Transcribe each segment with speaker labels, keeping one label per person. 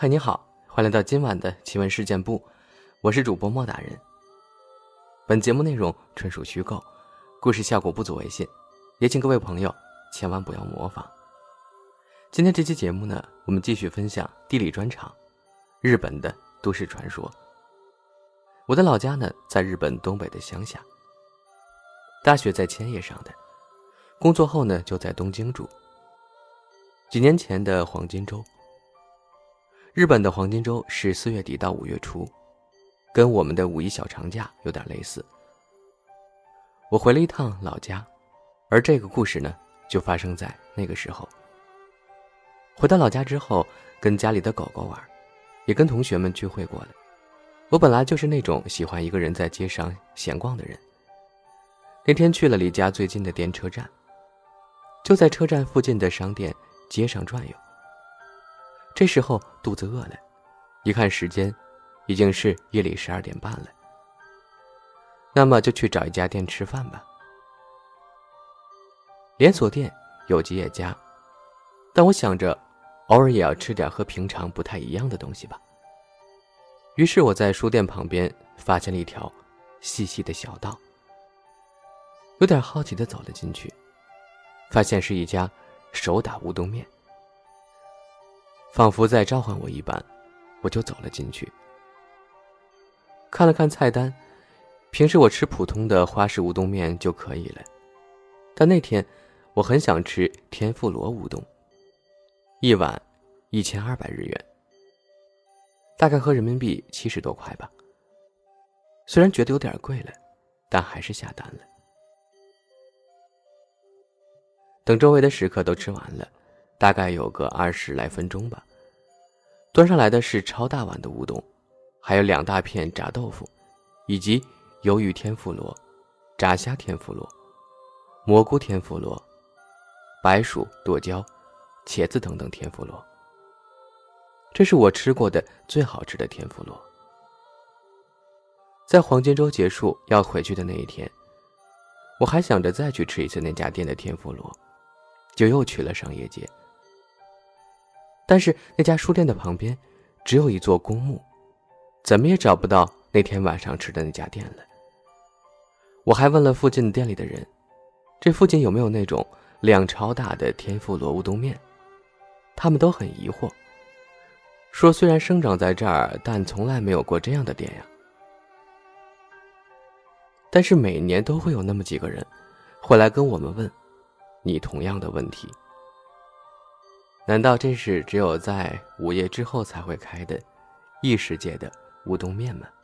Speaker 1: 嗨，你好，欢迎来到今晚的奇闻事件部，我是主播莫大人。本节目内容纯属虚构，故事效果不足为信，也请各位朋友千万不要模仿。今天这期节目呢，我们继续分享地理专场，日本的都市传说。我的老家呢，在日本东北的乡下，大学在千叶上的，工作后呢就在东京住。几年前的黄金周，日本的黄金周是4月底到5月初，跟我们的5一小长假有点类似。我回了一趟老家，而这个故事呢，就发生在那个时候。回到老家之后，跟家里的狗狗玩，也跟同学们聚会过了。我本来就是那种喜欢一个人在街上闲逛的人。那天去了离家最近的电车站，就在车站附近的商店街上转悠。这时候肚子饿了，一看时间已经是夜里12点半了，那么就去找一家店吃饭吧。连锁店有吉野家，但我想着偶尔也要吃点和平常不太一样的东西吧。于是我在书店旁边发现了一条细细的小道，有点好奇地走了进去，发现是一家手打乌冬面。仿佛在召唤我一般，我就走了进去。看了看菜单，平时我吃普通的花式乌冬面就可以了，但那天我很想吃天妇罗乌冬，一碗1200日元，大概合人民币70多块吧。虽然觉得有点贵了，但还是下单了。等周围的食客都吃完了，大概有个20来分钟吧，端上来的是超大碗的乌冬，还有2大片炸豆腐，以及鱿鱼天妇罗、炸虾天妇罗、蘑菇天妇罗、白薯、剁椒、茄子等等天妇罗。这是我吃过的最好吃的天妇罗。在黄金周结束要回去的那一天，我还想着再去吃一次那家店的天妇罗，就又去了商业街。但是那家书店的旁边只有一座公墓，怎么也找不到那天晚上吃的那家店了。我还问了附近店里的人，这附近有没有那种量超大的天妇罗乌冬面，他们都很疑惑，说虽然生长在这儿，但从来没有过这样的店呀。但是每年都会有那么几个人会来跟我们问你同样的问题。难道这是只有在午夜之后才会开的异世界的乌冬面吗？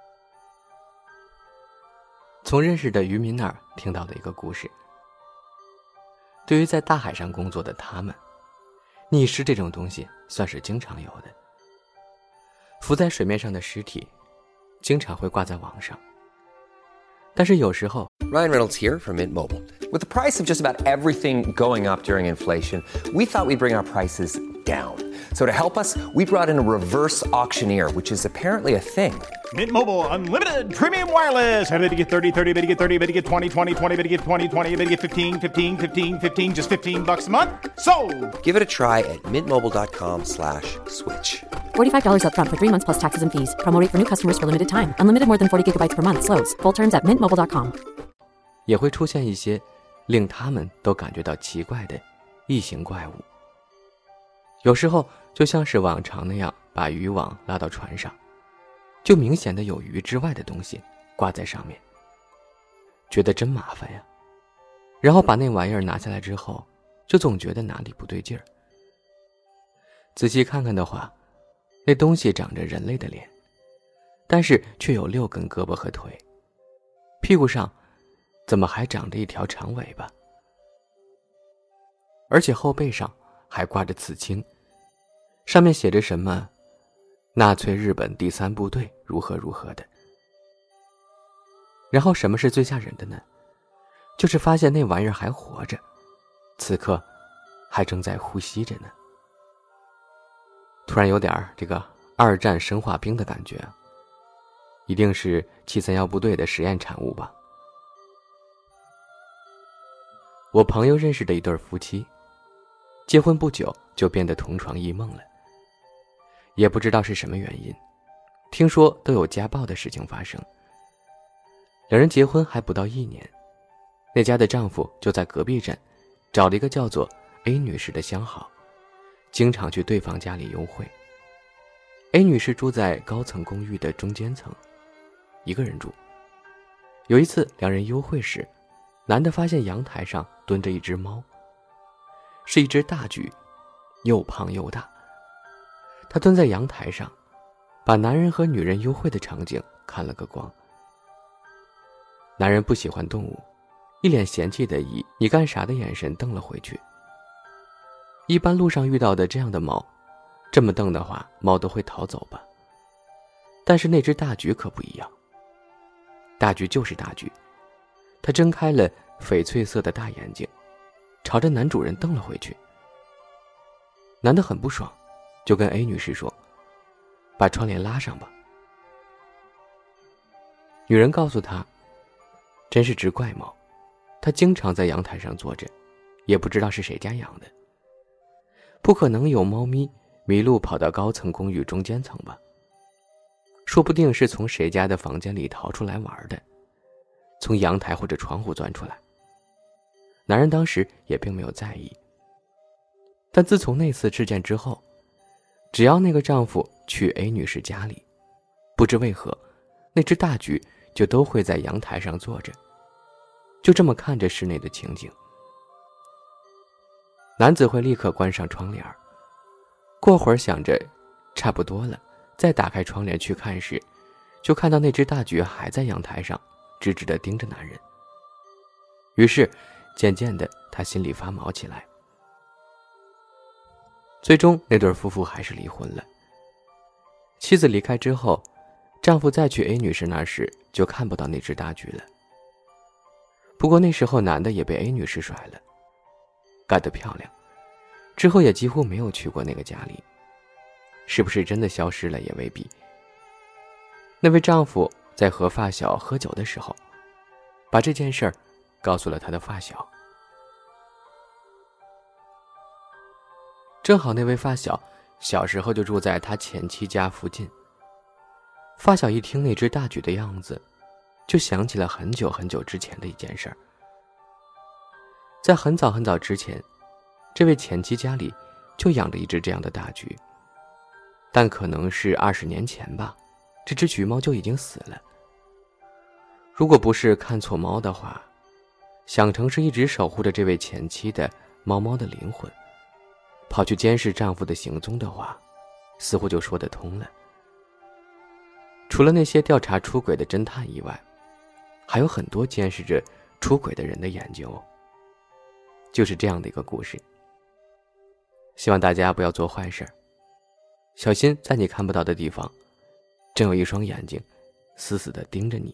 Speaker 1: 从认识的渔民那儿听到的一个故事，对于在大海上工作的他们，溺尸这种东西算是经常有的。浮在水面上的尸体经常会挂在网上，但是有时候
Speaker 2: Ryan Reynolds here from Mint Mobile. With the price of just about everything going up during inflation, we thought we'd bring our prices down. So to help us, we brought in a reverse auctioneer, which is apparently a thing.
Speaker 3: Mint Mobile Unlimited Premium Wireless. How to get 30, 30, bit to get 30, bit to get 20, 20, 20, bit to get 20, 20, bit to get 15, 15, 15, 15, just $15 a month? Sold!
Speaker 2: Give it a try at mintmobile.com/switch.
Speaker 4: $45 up front for 3 months plus taxes and fees. Promo rate for new customers for limited time. Unlimited more than 40 gigabytes per month. Slows full terms at mintmobile.com.
Speaker 1: 也会出现一些令他们都感觉到奇怪的异形怪物。有时候就像是往常那样把渔网拉到船上，就明显的有鱼之外的东西挂在上面，觉得真麻烦呀。然后把那玩意儿拿下来之后，就总觉得哪里不对劲儿。仔细看看的话，那东西长着人类的脸，但是却有6根胳膊和腿，屁股上怎么还长着一条长尾巴，而且后背上还挂着刺青，上面写着什么纳粹日本第3部队如何如何的。然后什么是最吓人的呢？就是发现那玩意儿还活着，此刻还正在呼吸着呢。突然有点这个2战生化兵的感觉，一定是731部队的实验产物吧。我朋友认识的一对夫妻，结婚不久就变得同床异梦了。 也不知道是什么原因，听说都有家暴的事情发生。两人结婚还不到1年，那家的丈夫就在隔壁镇找了一个叫做 A 女士的相好，经常去对方家里幽会。A 女士住在高层公寓的中间层，一个人住。有一次两人幽会时，男的发现阳台上蹲着一只猫，是一只大橘，又胖又大。他蹲在阳台上，把男人和女人幽会的场景看了个光。男人不喜欢动物，一脸嫌弃的以你干啥的眼神瞪了回去。一般路上遇到的这样的猫，这么瞪的话，猫都会逃走吧。但是那只大橘可不一样，大橘就是大橘，它睁开了翡翠色的大眼睛，朝着男主人瞪了回去。男的很不爽，就跟 A 女士说，把窗帘拉上吧。女人告诉他，真是只怪猫，它经常在阳台上坐着，也不知道是谁家养的。不可能有猫咪迷路跑到高层公寓中间层吧，说不定是从谁家的房间里逃出来玩的，从阳台或者窗户钻出来。男人当时也并没有在意，但自从那次事件之后，只要那个丈夫去 A 女士家里，不知为何那只大橘就都会在阳台上坐着，就这么看着室内的情景。男子会立刻关上窗帘，过会儿想着差不多了，再打开窗帘去看时，就看到那只大橘还在阳台上直直地盯着男人。于是渐渐的他心里发毛起来。最终那对夫妇还是离婚了。妻子离开之后，丈夫再去 A 女士那时就看不到那只大橘了。不过那时候男的也被 A 女士甩了，干得漂亮，之后也几乎没有去过那个家里，是不是真的消失了也未必。那位丈夫在和发小喝酒的时候，把这件事儿告诉了他的发小。正好那位发小小时候就住在他前妻家附近。发小一听那只大橘的样子，就想起了很久很久之前的一件事儿。在很早很早之前，这位前妻家里就养着一只这样的大橘，但可能是20年前吧，这只橘猫就已经死了。如果不是看错猫的话，想成是一直守护着这位前妻的猫猫的灵魂，跑去监视丈夫的行踪的话，似乎就说得通了。除了那些调查出轨的侦探以外，还有很多监视着出轨的人的眼睛哦。就是这样的一个故事。希望大家不要做坏事，小心在你看不到的地方，正有一双眼睛死死地盯着你。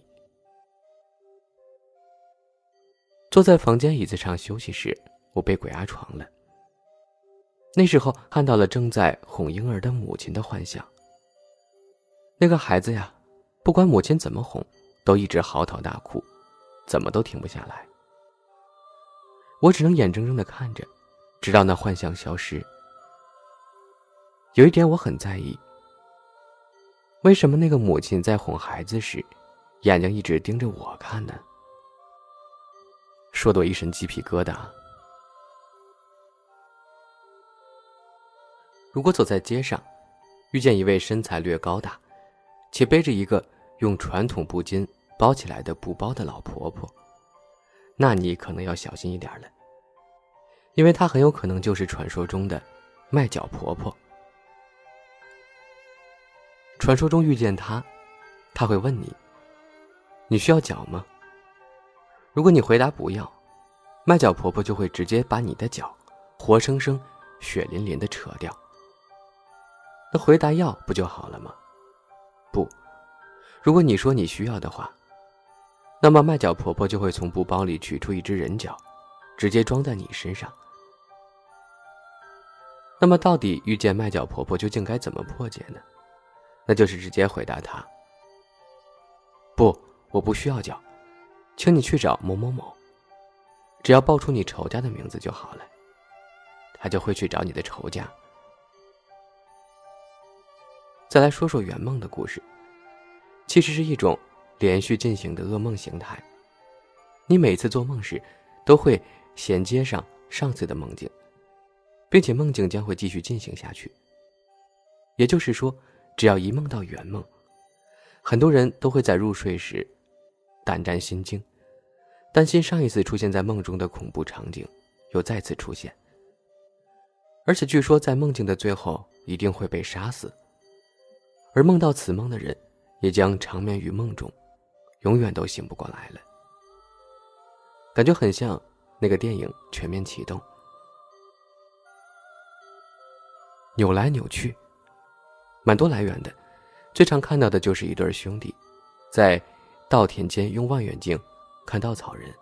Speaker 1: 坐在房间椅子上休息时，我被鬼压床了。那时候看到了正在哄婴儿的母亲的幻想。那个孩子呀，不管母亲怎么哄，都一直嚎啕大哭，怎么都停不下来。我只能眼睁睁地看着，直到那幻象消失。有一点我很在意，为什么那个母亲在哄孩子时，眼睛一直盯着我看呢？说得我一身鸡皮疙瘩。如果走在街上，遇见一位身材略高大，且背着一个用传统布巾包起来的布包的老婆婆，那你可能要小心一点了，因为她很有可能就是传说中的卖脚婆婆。传说中遇见她，她会问你，你需要脚吗？如果你回答不要，卖脚婆婆就会直接把你的脚活生生血淋淋地扯掉。那回答要不就好了吗？不，如果你说你需要的话，那么卖脚婆婆就会从布包里取出一只人脚，直接装在你身上。那么到底遇见卖脚婆婆究竟该怎么破解呢？那就是直接回答她，不，我不需要脚，请你去找某某某，只要报出你仇家的名字就好了，他就会去找你的仇家。 再来说说圆梦的故事，其实是一种连续进行的噩梦形态。你每次做梦时都会衔接上上次的梦境，并且梦境将会继续进行下去。也就是说，只要一梦到圆梦，很多人都会在入睡时胆战心惊，担心上一次出现在梦中的恐怖场景又再次出现，而且据说在梦境的最后一定会被杀死，而梦到此梦的人也将长眠于梦中，永远都醒不过来了。感觉很像那个电影《全面启动》。扭来扭去，蛮多来源的，最常看到的就是一对兄弟在稻田间用望远镜看稻草人，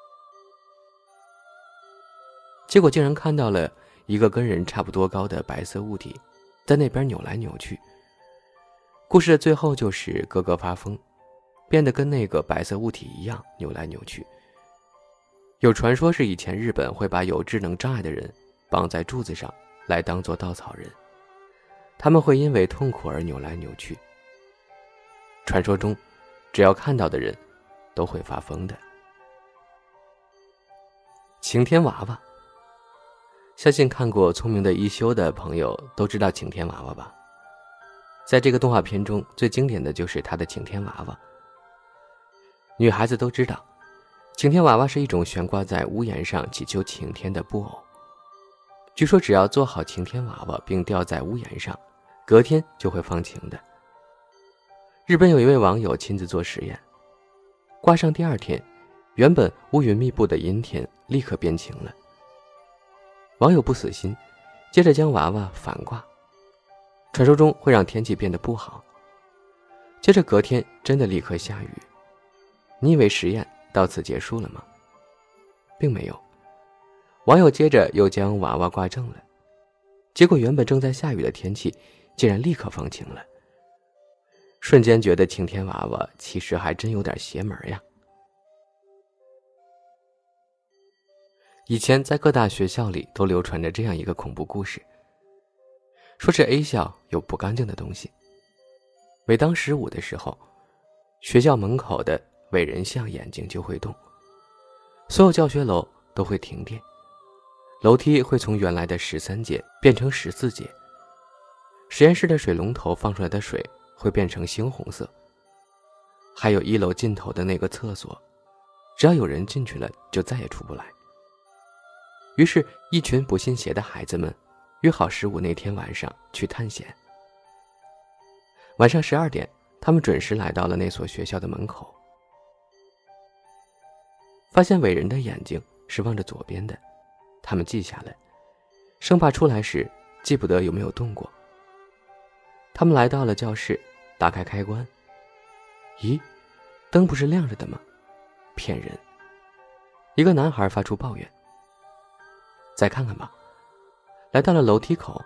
Speaker 1: 结果竟然看到了一个跟人差不多高的白色物体在那边扭来扭去。故事的最后就是哥哥发疯，变得跟那个白色物体一样扭来扭去。有传说是以前日本会把有智能障碍的人绑在柱子上来当作稻草人，他们会因为痛苦而扭来扭去。传说中只要看到的人都会发疯的。晴天娃娃，相信看过《聪明的一休》的朋友都知道晴天娃娃吧。在这个动画片中最经典的就是他的晴天娃娃。女孩子都知道，晴天娃娃是一种悬挂在屋檐上祈求晴天的布偶。据说只要做好晴天娃娃并吊在屋檐上，隔天就会放晴的。日本有一位网友亲自做实验，挂上第二天，原本乌云密布的阴天立刻变晴了。网友不死心，接着将娃娃反挂，传说中会让天气变得不好。接着隔天真的立刻下雨。你以为实验到此结束了吗？并没有。网友接着又将娃娃挂正了，结果原本正在下雨的天气竟然立刻放晴了。瞬间觉得晴天娃娃其实还真有点邪门呀。以前在各大学校里都流传着这样一个恐怖故事，说是 A 校有不干净的东西。每当15的时候，学校门口的伟人像眼睛就会动，所有教学楼都会停电，楼梯会从原来的13节变成14节，实验室的水龙头放出来的水会变成猩红色，还有1楼尽头的那个厕所，只要有人进去了就再也出不来。于是一群不信邪的孩子们约好15那天晚上去探险。晚上12点，他们准时来到了那所学校的门口，发现伟人的眼睛是望着左边的，他们记下来，生怕出来时记不得有没有动过。他们来到了教室，打开开关，咦，灯不是亮着的吗？骗人！一个男孩发出抱怨。再看看吧，来到了楼梯口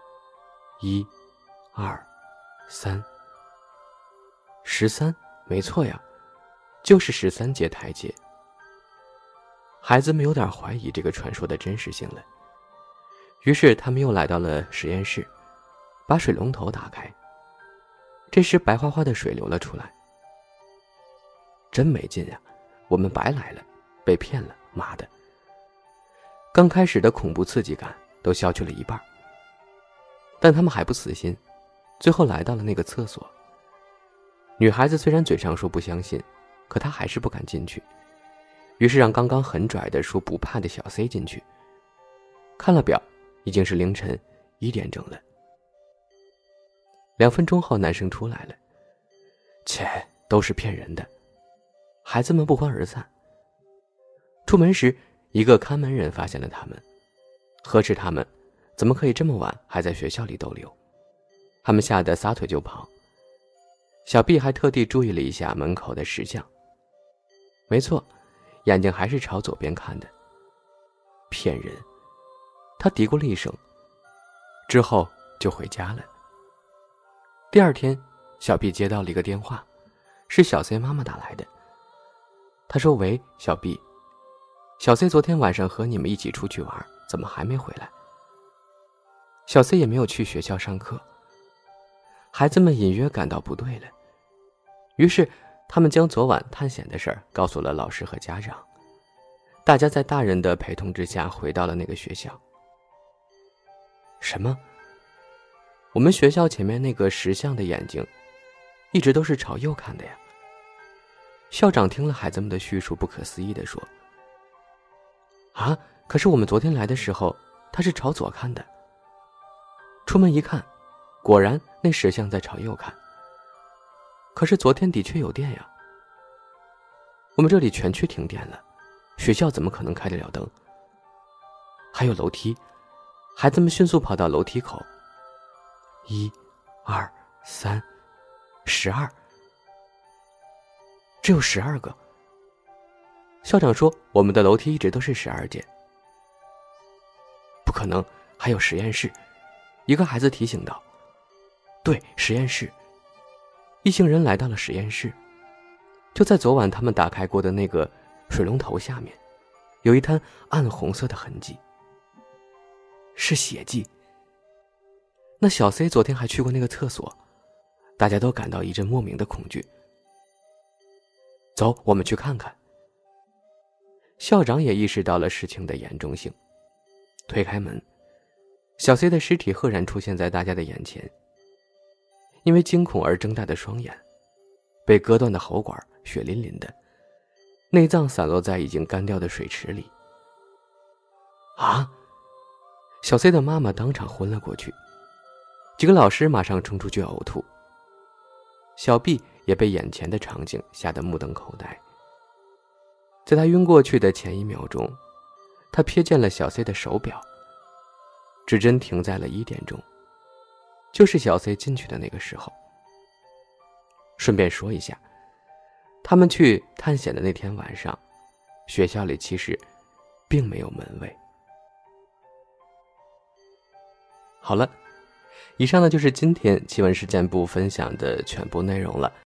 Speaker 1: ，1、2、3、13，没错呀，就是13节台阶。孩子们有点怀疑这个传说的真实性了，于是他们又来到了实验室，把水龙头打开。这时白花花的水流了出来。真没劲呀，我们白来了，被骗了，妈的！刚开始的恐怖刺激感都消去了一半，但他们还不死心，最后来到了那个厕所。女孩子虽然嘴上说不相信，可她还是不敢进去，于是让刚刚很拽的说不怕的小 C 进去。看了表，已经是凌晨1点整了。2分钟后，男生出来了，切，都是骗人的。孩子们不欢而散。出门时，一个看门人发现了他们，呵斥他们怎么可以这么晚还在学校里逗留。他们吓得撒腿就跑。小 B 还特地注意了一下门口的石像，没错，眼睛还是朝左边看的。骗人！他嘀咕了一声，之后就回家了。第二天，小 B 接到了一个电话，是小 C 妈妈打来的。他说：喂，小 B， 小 C 昨天晚上和你们一起出去玩，怎么还没回来？小 C 也没有去学校上课。 孩子们隐约感到不对了，于是他们将昨晚探险的事儿告诉了老师和家长。大家在大人的陪同之下回到了那个学校。什么？我们学校前面那个石像的眼睛一直都是朝右看的呀？校长听了孩子们的叙述，不可思议地说：啊，可是我们昨天来的时候他是朝左看的。出门一看，果然那石像在朝右看。可是昨天的确有电呀。我们这里全区停电了，学校怎么可能开得了灯？还有楼梯，孩子们迅速跑到楼梯口。1、2、3、12，只有12个。校长说我们的楼梯一直都是12节。不可能，还有实验室。一个孩子提醒道。对，实验室。一行人来到了实验室，就在昨晚他们打开过的那个水龙头下面，有一滩暗红色的痕迹，是血迹。那小 C 昨天还去过那个厕所，大家都感到一阵莫名的恐惧。走，我们去看看。校长也意识到了事情的严重性，推开门，小 C 的尸体赫然出现在大家的眼前。因为惊恐而睁大的双眼，被割断的喉管血淋淋的，内脏散落在已经干掉的水池里。啊！小 C 的妈妈当场昏了过去，几个老师马上冲出去呕吐。小 B 也被眼前的场景吓得目瞪口呆。在他晕过去的前1秒钟，他瞥见了小 C 的手表，指针停在了1点钟，就是小 C 进去的那个时候。顺便说一下，他们去探险的那天晚上，学校里其实并没有门卫。好了，以上呢就是今天奇闻事件部分享的全部内容了。